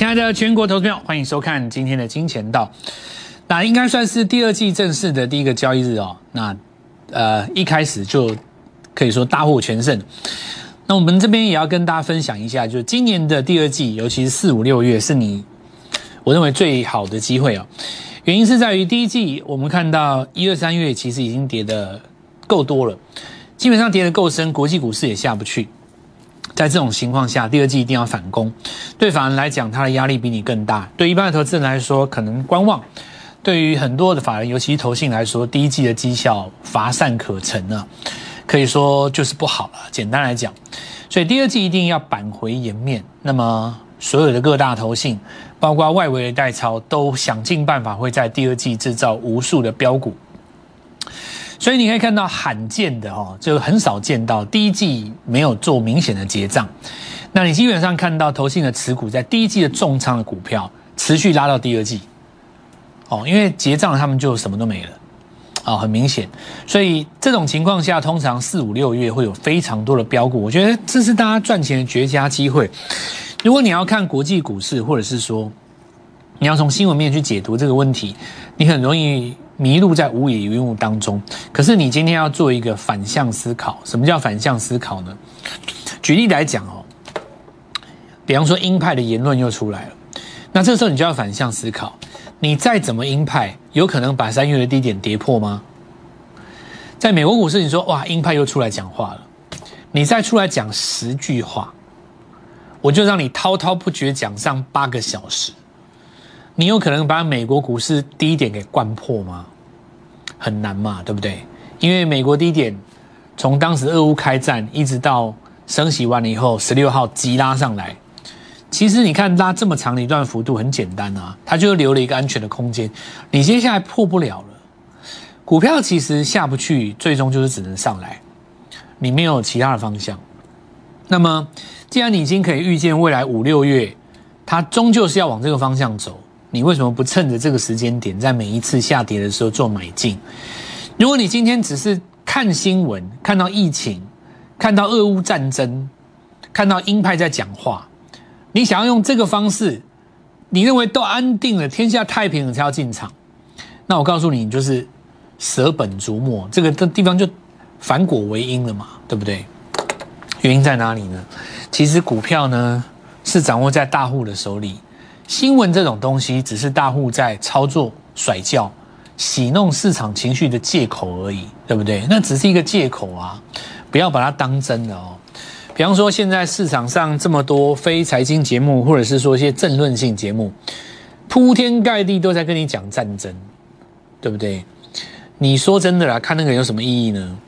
亲爱的全国投资朋友，欢迎收看今天的金钱道。那应该算是第二季正式的第一个交易日哦。那一开始就可以说大获全胜。那我们这边也要跟大家分享一下，就是今年的第二季，尤其是4、5、6月，是我认为最好的机会哦。原因是在于第一季我们看到1、2、3月其实已经跌得够多了，基本上跌得够深，国际股市也下不去。在这种情况下，第二季一定要反攻。对法人来讲，它的压力比你更大；对一般的投资人来说，可能观望；对于很多的法人，尤其是投信来说，第一季的绩效乏善可陈啊，可以说就是不好了。简单来讲，所以第二季一定要扳回颜面。那么，所有的各大投信，包括外围的代操，都想尽办法会在第二季制造无数的标股。所以你可以看到罕见的就很少见到第一季没有做明显的结账。那你基本上看到投信的持股在第一季的重仓的股票持续拉到第二季，因为结账了他们就什么都没了，很明显。所以这种情况下，通常4、5、6月会有非常多的标股，我觉得这是大家赚钱的绝佳机会。如果你要看国际股市，或者是说你要从新闻面去解读这个问题，你很容易迷路在无野云雾当中。可是你今天要做一个反向思考。什么叫反向思考呢？举例来讲比方说鹰派的言论又出来了，那这时候你就要反向思考，你再怎么鹰派，有可能把3月的低点跌破吗？在美国股市，你说哇，鹰派又出来讲话了，你再出来讲10句话，我就让你滔滔不绝讲上8个小时。你有可能把美国股市低点给灌破吗？很难嘛，对不对？因为美国低点从当时俄乌开战一直到升息完了以后16号急拉上来，其实你看拉这么长的一段幅度很简单啊，它就留了一个安全的空间，你接下来破不了了。股票其实下不去，最终就是只能上来，你没有其他的方向。那么既然你已经可以预见未来5、6月它终究是要往这个方向走，你为什么不趁着这个时间点，在每一次下跌的时候做买进？如果你今天只是看新闻，看到疫情，看到俄乌战争，看到鹰派在讲话，你想要用这个方式，你认为都安定了，天下太平了才要进场，那我告诉你，你就是舍本逐末，这个地方就反果为因了嘛，对不对？原因在哪里呢？其实股票呢是掌握在大户的手里。新闻这种东西只是大户在操作甩轿洗弄市场情绪的借口而已，对不对？那只是一个借口啊，不要把它当真的比方说现在市场上这么多非财经节目，或者是说一些政论性节目，铺天盖地都在跟你讲战争，对不对？你说真的啦，看那个有什么意义呢？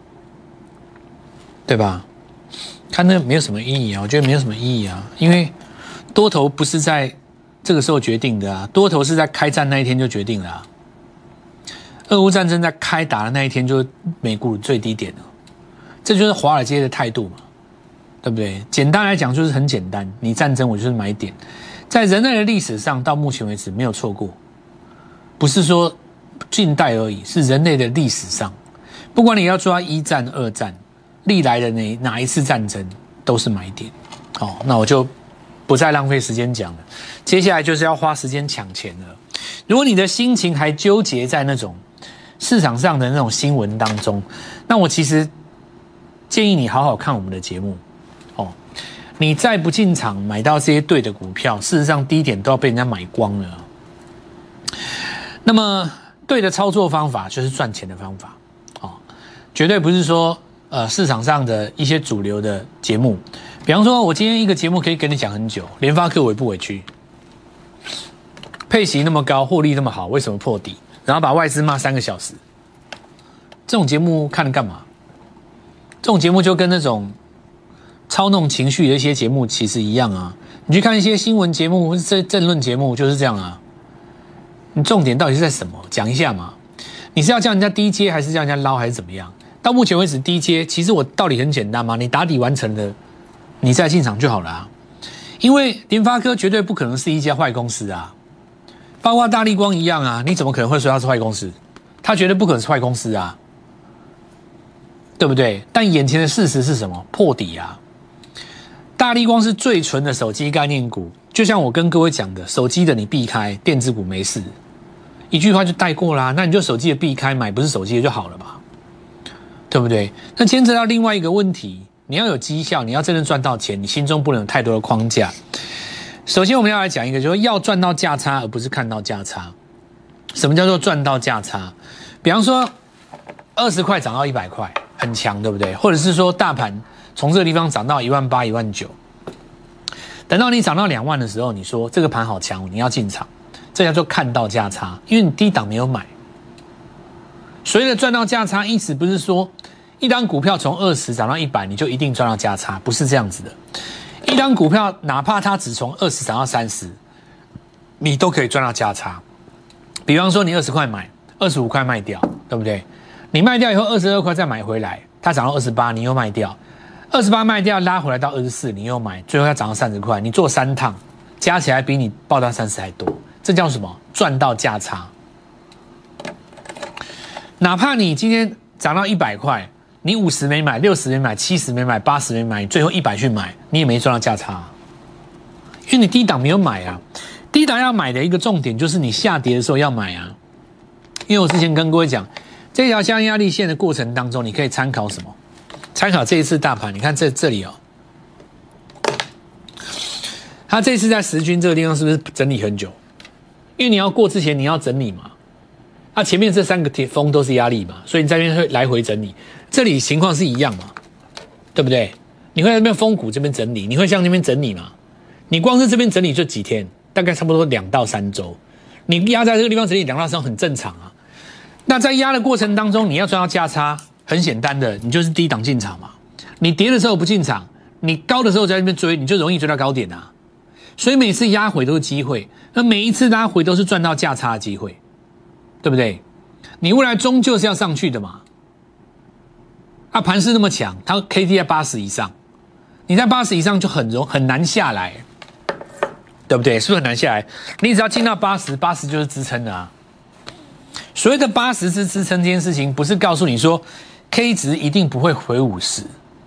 对吧？看那个没有什么意义啊，我觉得没有什么意义啊，因为多头不是在这个时候决定的啊，多头是在开战那一天就决定了啊。俄乌战争在开打的那一天就是美股最低点了，这就是华尔街的态度嘛，对不对？简单来讲就是很简单，你战争我就是买点，在人类的历史上到目前为止没有错过，不是说近代而已，是人类的历史上，不管你要抓1战、2战，历来的哪一次战争都是买点。那我就不再浪费时间讲了，接下来就是要花时间抢钱了。如果你的心情还纠结在那种市场上的那种新闻当中，那我其实建议你好好看我们的节目。你再不进场买到这些对的股票，事实上低点都要被人家买光了。那么对的操作方法就是赚钱的方法，绝对不是说市场上的一些主流的节目。比方说我今天一个节目可以跟你讲很久，联发科委不委屈，配息那么高，获利那么好，为什么破底？然后把外资骂3个小时，这种节目看了干嘛？这种节目就跟那种操弄情绪的一些节目其实一样啊。你去看一些新闻节目或是政论节目就是这样啊。你重点到底是在什么？讲一下嘛。你是要叫人家低接，还是叫人家捞，还是怎么样？到目前为止低接，其实我道理很简单嘛，你打底完成了，你再进场就好了啊。因为联发科绝对不可能是一家坏公司啊，包括大立光一样啊，你怎么可能会说它是坏公司？它绝对不可能是坏公司啊，对不对？但眼前的事实是什么？破底啊！大立光是最纯的手机概念股， 就像我跟各位讲的，手机的你避开，电子股没事，一句话就带过啦。那你就手机的避开，买不是手机的就好了嘛，对不对？那牵扯到另外一个问题，你要有绩效，你要真正赚到钱，你心中不能有太多的框架。首先我们要来讲一个，就是要赚到价差，而不是看到价差。什么叫做赚到价差？比方说20块涨到100块，很强，对不对？或者是说大盘从这个地方涨到18000、19000。等到你涨到2万的时候，你说这个盘好强，你要进场，这叫做看到价差，因为你低档没有买。所谓的赚到价差，意思不是说一张股票从20涨到100，你就一定赚到价差，不是这样子的。一张股票哪怕它只从20涨到30，你都可以赚到价差。比方说你20块买，25块卖掉，对不对？你卖掉以后22块再买回来，它涨到28，你又卖掉。28卖掉拉回来到24，你又买，最后要涨到30块，你做3趟，加起来比你报到30还多，这叫什么？赚到价差。哪怕你今天涨到100块，你50没买，60没买，70没买，80没买，最后100去买，你也没赚到价差，因为你低档没有买啊。低档要买的一个重点就是你下跌的时候要买啊。因为我之前跟各位讲，这条下压力线的过程当中，你可以参考什么？参考这一次大盘，你看这里哦，它这次在10均这个地方是不是整理很久？因为你要过之前你要整理嘛，它前面这3个铁峰都是压力嘛，所以你在这边会来回整理，这里情况是一样嘛，对不对？你会在这边峰谷这边整理，你会向那边整理嘛？你光是这边整理就几天，大概差不多2到3周，你压在这个地方整理2到3周很正常啊。那在压的过程当中，你要赚到价差。很简单的，你就是低档进场嘛。你跌的时候不进场，你高的时候在那边追，你就容易追到高点啊。所以每次压回都是机会，那每一次拉回都是赚到价差的机会，对不对？你未来终究是要上去的嘛。啊，盘势那么强，它 KD 在80以上，你在80以上就很难下来，对不对？是不是很难下来？你只要进到80就是支撑的啊。所谓的80是支撑这件事情，不是告诉你说 K 值一定不会回50。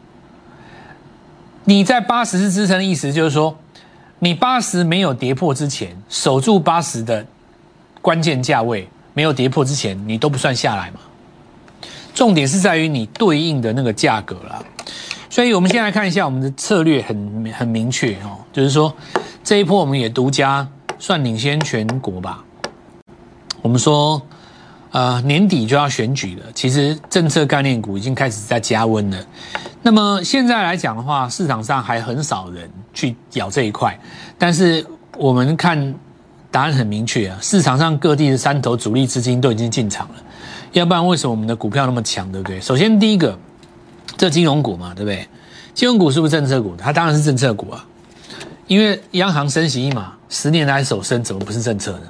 你在80是支撑的意思就是说，你80没有跌破之前，守住80的关键价位没有跌破之前，你都不算下来嘛。重点是在于你对应的那个价格啦。所以我们先来看一下我们的策略很明确哦，就是说这一波我们也独家算领先全国吧。我们说。年底就要选举了，其实政策概念股已经开始在加温了。那么现在来讲的话，市场上还很少人去咬这一块，但是我们看答案很明确啊，市场上各地的3头主力资金都已经进场了，要不然为什么我们的股票那么强，对不对？首先第一个，这金融股嘛，对不对？金融股是不是政策股？它当然是政策股啊，因为央行升息1码，10年来首升，怎么不是政策呢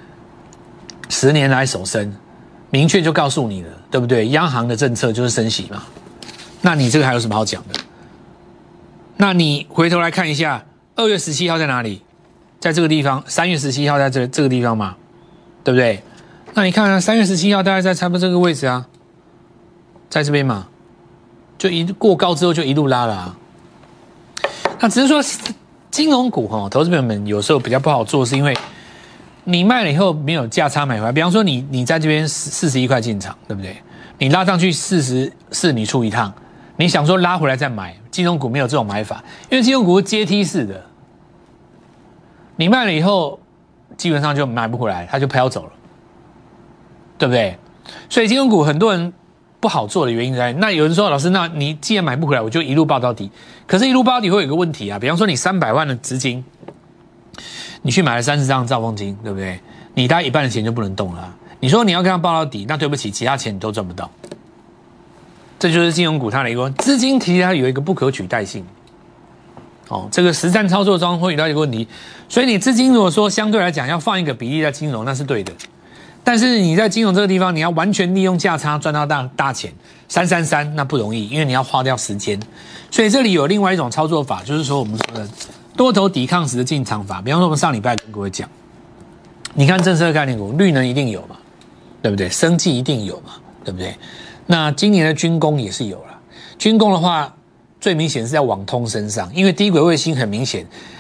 ？10年来首升。明确就告诉你了，对不对？央行的政策就是升息嘛，那你这个还有什么好讲的？那你回头来看一下，2月17号在哪里？在这个地方。3月17号在这个地方嘛，对不对？那你看啊，3月17号大概在差不多这个位置啊，在这边嘛，就一过高之后就一路拉了啊。那只是说金融股投资朋友们有时候比较不好做，是因为。你卖了以后没有价差买回来，比方说你在这边41块进场，对不对？你拉上去44，你出一趟，你想说拉回来再买，金融股没有这种买法，因为金融股是阶梯式的，你卖了以后基本上就买不回来，它就飘走了，对不对？所以金融股很多人不好做的原因在，那有人说老师，那你既然买不回来，我就一路抱到底。可是，一路抱到底会有一个问题啊，比方说你300万的资金。你去买了30张兆丰金，对不对？你大概一半的钱就不能动了你说你要跟他抱到底，那对不起，其他钱你都赚不到。这就是金融股它的一个资金其实它有一个不可取代性。这个实战操作中会遇到一个问题，所以你资金如果说相对来讲要放一个比例在金融，那是对的。但是你在金融这个地方，你要完全利用价差赚到大钱，333那不容易，因为你要花掉时间。所以这里有另外一种操作法，就是说我们说的。多头抵抗时的进场法，比方说我们上礼拜跟各位讲，你看政策概念股，绿能一定有嘛，对不对？生技一定有嘛，对不对？那今年的军工也是有了。军工的话，最明显是在网通身上，因为低轨卫星很明显，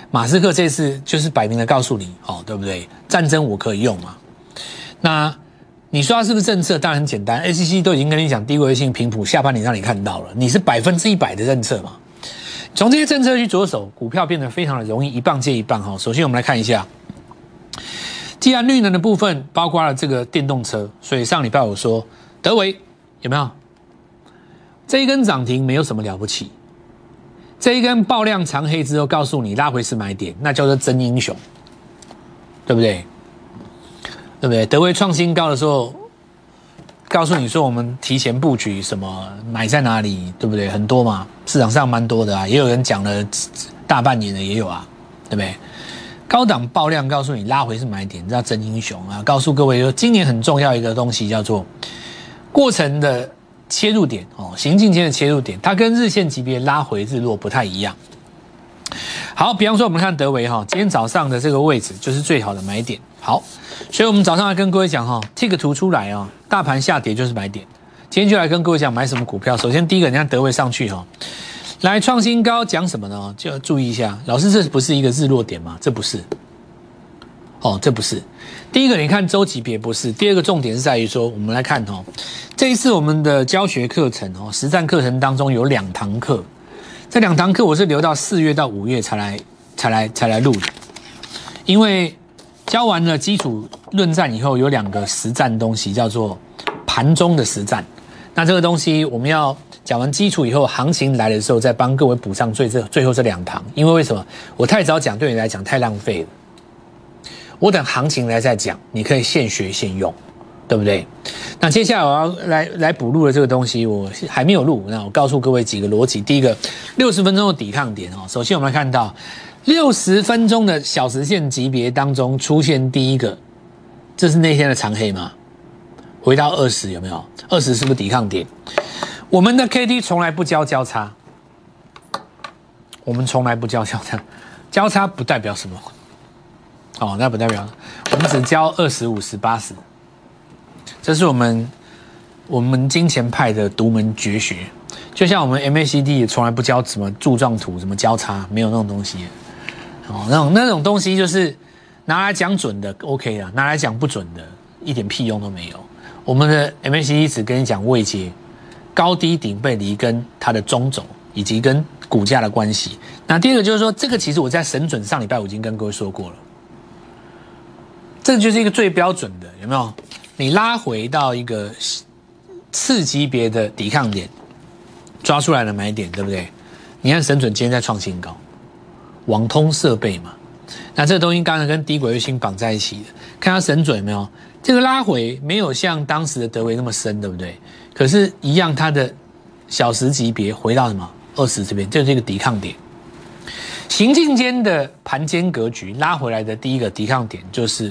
马斯克这次就是摆明了告诉你，哦，对不对？战争我可以用嘛。那你说它是不是政策？当然很简单 ，SEC 都已经跟你讲低轨性频谱下半年让你看到了，你是100%的政策嘛。从这些政策去着手，股票变得非常的容易，一棒接一棒哈。首先我们来看一下，既然绿能的部分包括了这个电动车，所以上礼拜我说德微有没有？这一根涨停没有什么了不起，这一根爆量长黑之后告诉你拉回是买点，那叫做真英雄，对不对？对不对？德微创新高的时候，告诉你说我们提前布局什么买在哪里，对不对？很多嘛，市场上蛮多的啊，也有人讲了大半年的也有啊，对不对？高档爆量告诉你拉回是买点，叫真英雄啊！告诉各位说，今年很重要一个东西叫做过程的切入点哦，行进间的切入点，它跟日线级别拉回日落不太一样。好，比方说我们看德微哈，今天早上的这个位置就是最好的买点。好，所以我们早上来跟各位讲哈，这个图出来啊，大盘下跌就是买点。今天就来跟各位讲买什么股票。首先第一个，你看德微上去哈，来创新高，讲什么呢？就要注意一下，老师这不是一个日落点吗？这不是，哦，这不是。第一个，你看周级别不是。第二个重点是在于说，我们来看哦，这一次我们的教学课程哦，实战课程当中有2堂课，这2堂课我是留到4月到5月才来录的，因为教完了基础论战以后，有2个实战东西叫做盘中的实战。那这个东西我们要讲完基础以后，行情来的时候再帮各位补上最后这2堂。因为为什么？我太早讲对你来讲太浪费了。我等行情来再讲，你可以现学现用，对不对？那接下来我要来补录的这个东西，我还没有录。那我告诉各位几个逻辑。第一个，60分钟的抵抗点哦。首先我们来看到60分钟的小时线级别当中出现第一个，这是那天的长黑吗？回到20有没有？20是不是抵抗点？我们的 KD 从来不教交叉，我们从来不教交叉，交叉不代表什么。哦，那不代表我们只教20、50、80，这是我们金钱派的独门绝学。就像我们 MACD 也从来不教什么柱状图、什么交叉，没有那种东西。哦，那种东西就是拿来讲准的 OK 啊，拿来讲不准的一点屁用都没有。我们的 MACD 只跟你讲位阶、高低顶背离跟它的中轴以及跟股价的关系。那第二个就是说，这个其实我在神准上礼拜我已经跟各位说过了。这就是一个最标准的，有没有？你拉回到一个次级别的抵抗点，抓出来的买点，对不对？你看神准今天在创新高，网通设备嘛，那这个东西刚才跟低轨卫星绑在一起的，看它神准有没有？这个拉回没有像当时的德微那么深，对不对？可是，一样它的小时级别回到什么20这边，就是一个抵抗点。行进间的盘间格局拉回来的第一个抵抗点就是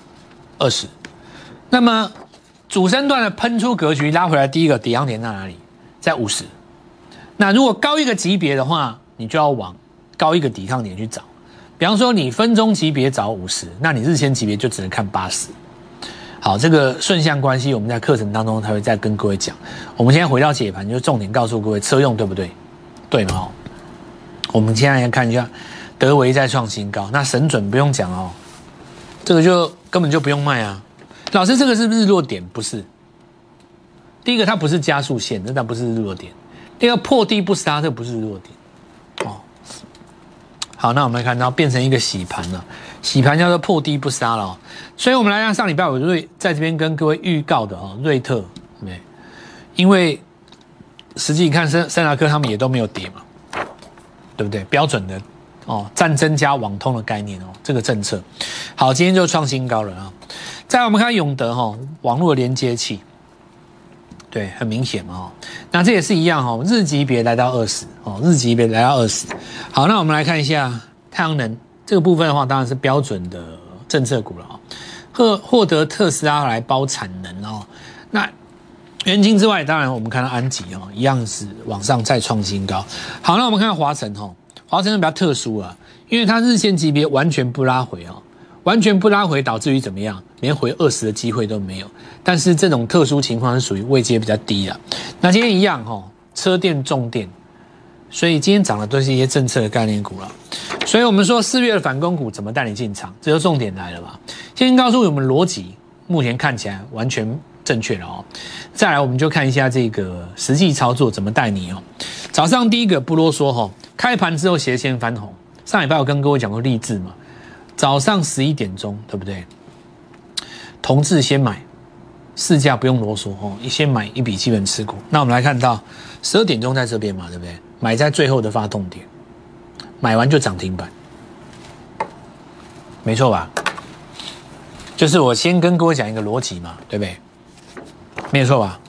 20，那么主升段的喷出格局拉回来第一个抵抗点在哪里？在50。那如果高一个级别的话，你就要往高一个抵抗点去找。比方说你分钟级别找50，那你日线级别就只能看80。好，这个顺向关系我们在课程当中才会再跟各位讲。我们现在回到解盘，就重点告诉各位车用对不对？对嘛？我们现在来看一下德微在创新高，那神准不用讲哦，这个就根本就不用卖啊。老师，这个是不是日落点？不是。第一个它不是加速线，那不是日落点。第二个破低不杀，这不是日落点。哦，好，那我们来看到变成一个洗盘了，洗盘叫做破低不杀了哦。所以我们来看上礼拜我在这边跟各位预告的哦，瑞特，对，因为实际你看森达科他们也都没有跌嘛。对不对？标准的哦，战争加网通的概念哦，这个政策。好，今天就创新高了啊。再来我们看永德哈，网络连接器，对，很明显嘛哦。那这也是一样哈，日级别来到20哦，日级别来到20。好，那我们来看一下太阳能这个部分的话，当然是标准的政策股了哦。获得特斯拉来包产能哦。那元晶之外，当然我们看到安吉哦，一样是往上再创新高。好，那我们看到华城哦，华城比较特殊啊，因为它日线级别完全不拉回哦，完全不拉回导致于怎么样？连回20的机会都没有。但是这种特殊情况是属于位阶比较低啊。那今天一样哦，车电重电，所以今天涨的都是一些政策的概念股了。 所以我们说4月的反攻股怎么带你进场，这就重点来了吧。先告诉我们逻辑，目前看起来完全正确了哦。再来我们就看一下这个实际操作怎么带你哦。早上第一个不啰嗦哈，开盘之后斜线翻红。上礼拜我跟各位讲过励志嘛，早上11点钟对不对？同志先买，市价不用啰嗦哦，先买一笔基本持股。那我们来看到12点钟在这边嘛，对不对？买在最后的发动点，买完就涨停板，没错吧？就是我先跟各位讲一个逻辑嘛，对不对？没有错吧？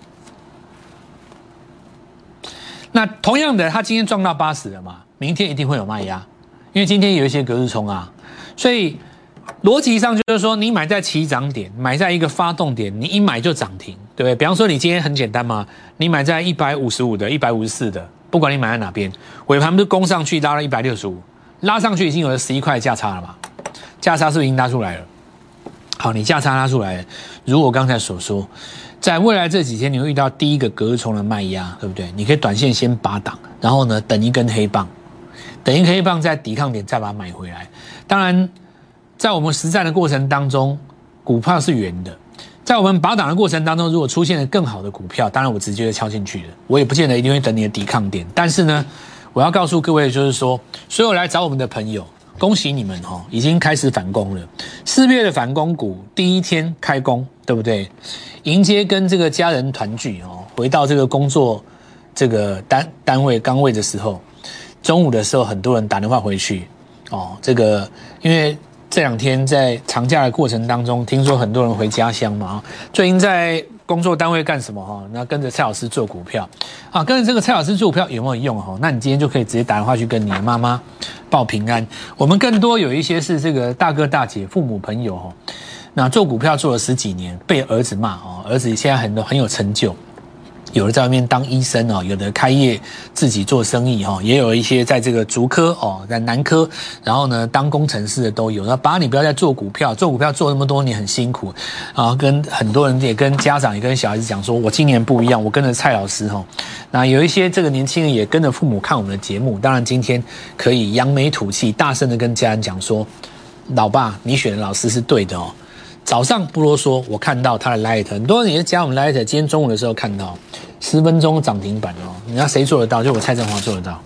那同样的，他今天撞到80了嘛，明天一定会有卖压，因为今天有一些隔日冲啊，所以逻辑上就是说，你买在起涨点，买在一个发动点，你一买就涨停，对不对？比方说你今天很简单嘛，你买在155的、154的，不管你买在哪边，尾盘不是攻上去拉到165，拉上去已经有了11块价差了嘛，价差是不是已经拉出来了？好，你价差拉出来了，如我刚才所说，在未来这几天你会遇到第一个隔日冲的卖压，对不对？你可以短线先拔档，然后呢等一根黑棒，等一根黑棒在抵抗点再把它买回来。当然，在我们实战的过程当中，股票是圆的。在我们拔档的过程当中，如果出现了更好的股票，当然我直接就敲进去了，我也不见得一定会等你的抵抗点。但是呢，我要告诉各位，就是说，所有来找我们的朋友，恭喜你们哦，已经开始反攻了。4月的反攻股第一天开工，对不对？迎接跟这个家人团聚哦，回到这个工作这个单位岗位的时候，中午的时候很多人打电话回去哦，这个因为这2天在长假的过程当中，听说很多人回家乡嘛，最近在工作单位干什么哈？那跟着蔡老师做股票啊，跟着这个蔡老师做股票有没有用哈？那你今天就可以直接打电话去跟你的妈妈报平安。我们更多有一些是这个大哥大姐、父母朋友哈，那做股票做了10几年，被儿子骂哦，儿子现在很有成就。有的在外面当医生哦，有的开业自己做生意哦，也有一些在这个竹科哦，在南科，然后呢当工程师的都有。那爸，你不要再做股票，做股票做那么多年很辛苦啊。跟很多人也跟家长也跟小孩子讲说，我今年不一样，我跟着蔡老师哦。那有一些这个年轻人也跟着父母看我们的节目，当然今天可以扬眉吐气，大声的跟家人讲说，老爸，你选的老师是对的哦。早上不啰嗦，我看到他的 Light， 很多人也是加我们 Light， 今天中午的时候看到10分钟涨停板哦，你看谁做得到？就我蔡振华做得到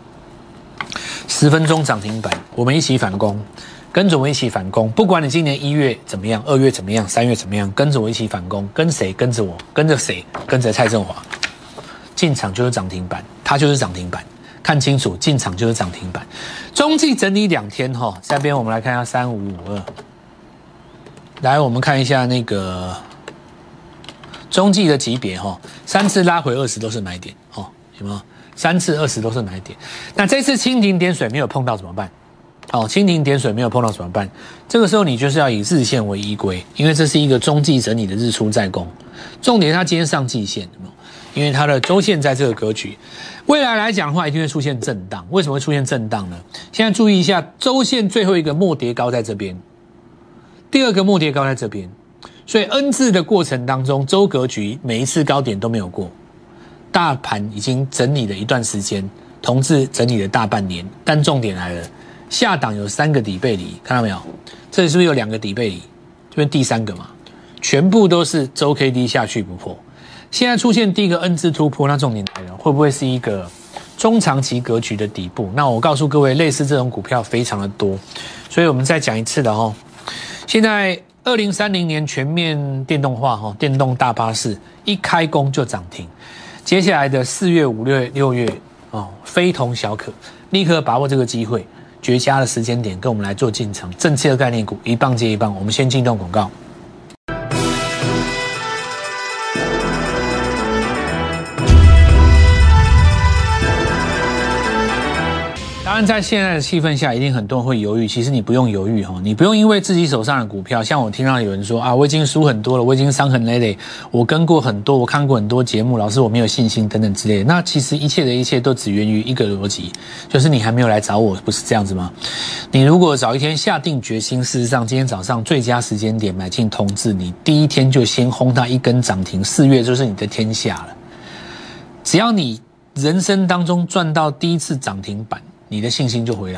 ，10分钟涨停板，我们一起反攻，跟着我一起反攻，不管你今年1月怎么样，2月怎么样，3月怎么样，跟着我一起反攻，跟谁？跟着我，跟着谁？跟着蔡振华，进场就是涨停板，它就是涨停板，看清楚，进场就是涨停板。中继整理2天哈，下边我们来看一下3552。来，我们看一下那个中继的级别哈，3次拉回20都是买点哦，有没有？3次20都是买点。那这次蜻蜓点水没有碰到怎么办？哦，蜻蜓点水没有碰到怎么办？这个时候你就是要以日线为依归，因为这是一个中继整理的日出再攻。重点它今天上季线，因为它的周线在这个格局，未来来讲的话一定会出现震荡。为什么会出现震荡呢？现在注意一下，周线最后一个末跌高在这边。第2个末跌高在这边，所以 N 字的过程当中，周格局每一次高点都没有过，大盘已经整理了一段时间，同志整理了大半年，但重点来了，下档有3个底背离，看到没有？这里是不是有2个底背离？这边第3个嘛，全部都是周 K D 下去不破。现在出现第一个 N 字突破，那重点来了，会不会是一个中长期格局的底部？那我告诉各位，类似这种股票非常的多，所以我们再讲一次的哦。现在2030年全面电动化哈，电动大巴士一开工就涨停，接下来的4月、5月、6月哦，非同小可，立刻把握这个机会，绝佳的时间点，跟我们来做进场，正确的概念股一棒接一棒。我们先进段广告。当然，在现在的气氛下，一定很多人会犹豫。其实你不用犹豫哈，你不用因为自己手上的股票，像我听到有人说啊，我已经输很多了，我已经伤痕累累，我跟过很多，我看过很多节目，老师我没有信心等等之类的。那其实一切的一切都只源于一个逻辑，就是你还没有来找我，不是这样子吗？你如果早一天下定决心，事实上今天早上最佳时间点买进同志，你第一天就先轰它一根涨停，4月就是你的天下了。只要你人生当中赚到第一次涨停板，你的信心就回来了。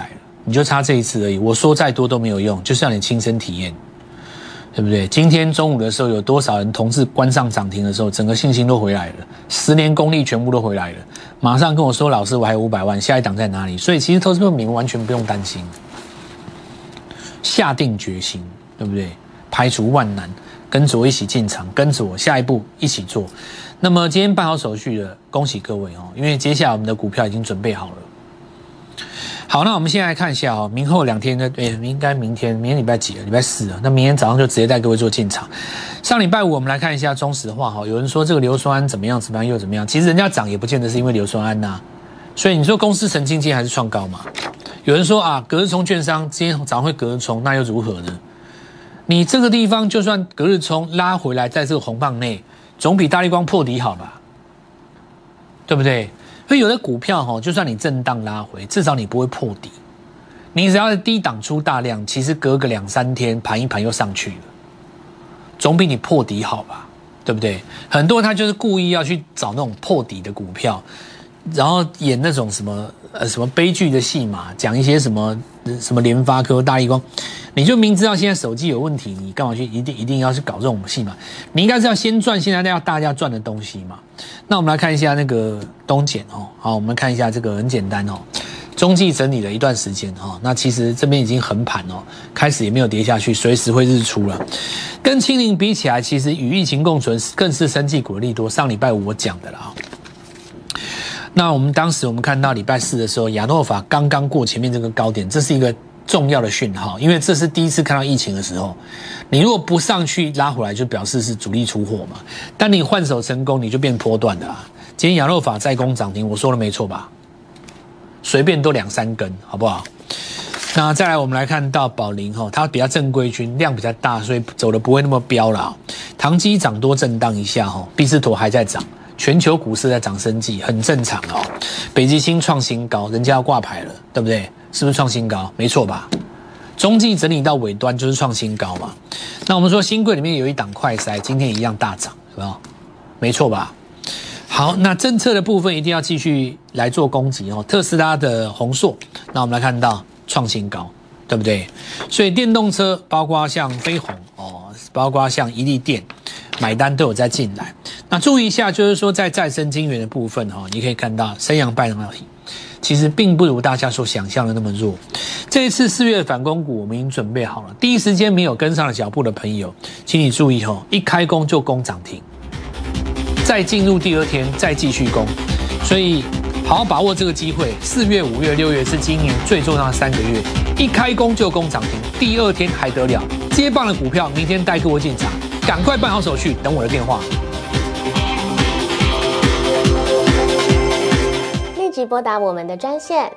你就差这一次而已。我说再多都没有用，就是让你亲身体验，对不对？今天中午的时候，有多少人同志关上涨停的时候，整个信心都回来了，10年功力全部都回来了，马上跟我说，老师我还有500万，下一档在哪里？所以其实投资朋友你们完全不用担心，下定决心，对不对？排除万难，跟着我一起进场，跟着我下一步一起做。那么今天办好手续的，恭喜各位哦，因为接下来我们的股票已经准备好了。好，那我们现在来看一下哦，明后2天呢，应该明天礼拜几了？礼拜4了。那明天早上就直接带各位做进场。上礼拜5我们来看一下中石化哈，有人说这个硫酸铵怎么样又怎么样，其实人家涨也不见得是因为硫酸铵呐。所以你说公司曾经今天还是创高嘛？有人说啊，隔日冲券商今天早上会隔日冲，那又如何呢？你这个地方就算隔日冲拉回来，在这个红棒内，总比大立光破底好吧？对不对？所以有的股票就算你震荡拉回，至少你不会破底。你只要是低档出大量，其实隔个2-3天盘一盘又上去了，总比你破底好吧？对不对？很多人他就是故意要去找那种破底的股票，然后演那种什么悲剧的戏码，讲一些什么联发科、大立光，你就明知道现在手机有问题，你干嘛去一定要去搞这种戏码？你应该是要先赚现在要大家赚的东西嘛。那我们来看一下那个东碱哦，好，我们看一下这个很简单哦，中继整理了一段时间哦，那其实这边已经横盘哦，开始也没有跌下去，随时会日出了。跟清零比起来，其实与疫情共存更是生技股的利多。上礼拜5我讲的啦。那我们当时看到礼拜4的时候，亚诺法刚刚过前面这个高点，这是一个重要的讯号，因为这是第一次看到疫情的时候，你如果不上去拉回来，就表示是主力出货嘛。当你换手成功，你就变波段的啦。今天亚诺法再攻涨停，我说的没错吧？随便都2-3根，好不好？那再来，我们来看到宝林它比较正规军，量比较大，所以走的不会那么飙啦。唐基涨多震荡一下必斯妥还在涨。全球股市在涨生技，很正常哦。北极星创新高，人家要挂牌了，对不对？是不是创新高？没错吧？中继整理到尾端就是创新高嘛。那我们说新贵里面有一档快筛，今天一样大涨，有没有？没错吧？好，那政策的部分一定要继续来做攻击哦。特斯拉的宏硕，那我们来看到创新高，对不对？所以电动车包括像飞鸿包括像一力电。买单都有在进来，那注意一下，就是说在再生晶圆的部分你可以看到升阳半导体其实并不如大家所想象的那么弱。这一次4月的反攻股我们已经准备好了，第一时间没有跟上了脚步的朋友，请你注意一开攻就攻涨停，再进入第2天再继续攻，所以好好把握这个机会。4月、5月、6月是今年最重要的3个月，一开攻就攻涨停，第2天还得了？接棒的股票明天带各位进场。赶快办好手续，等我的电话。 立即拨打我们的专线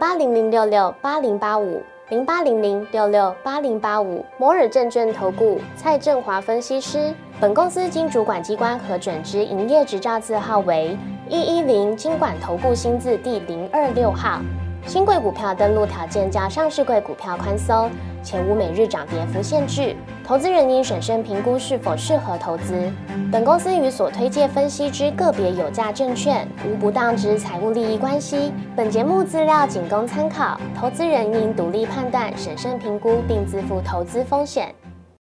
08006680850800668085摩尔证券投顾蔡正华分析师。本公司经主管机关核准之营业执照字号为110金管投顾新字第026号。新贵股票登录条件较上市柜股票宽松，且无每日涨跌幅限制。投资人应审慎评估是否适合投资。本公司与所推介分析之个别有价证券无不当之财务利益关系。本节目资料仅供参考，投资人应独立判断、审慎评估并自负投资风险。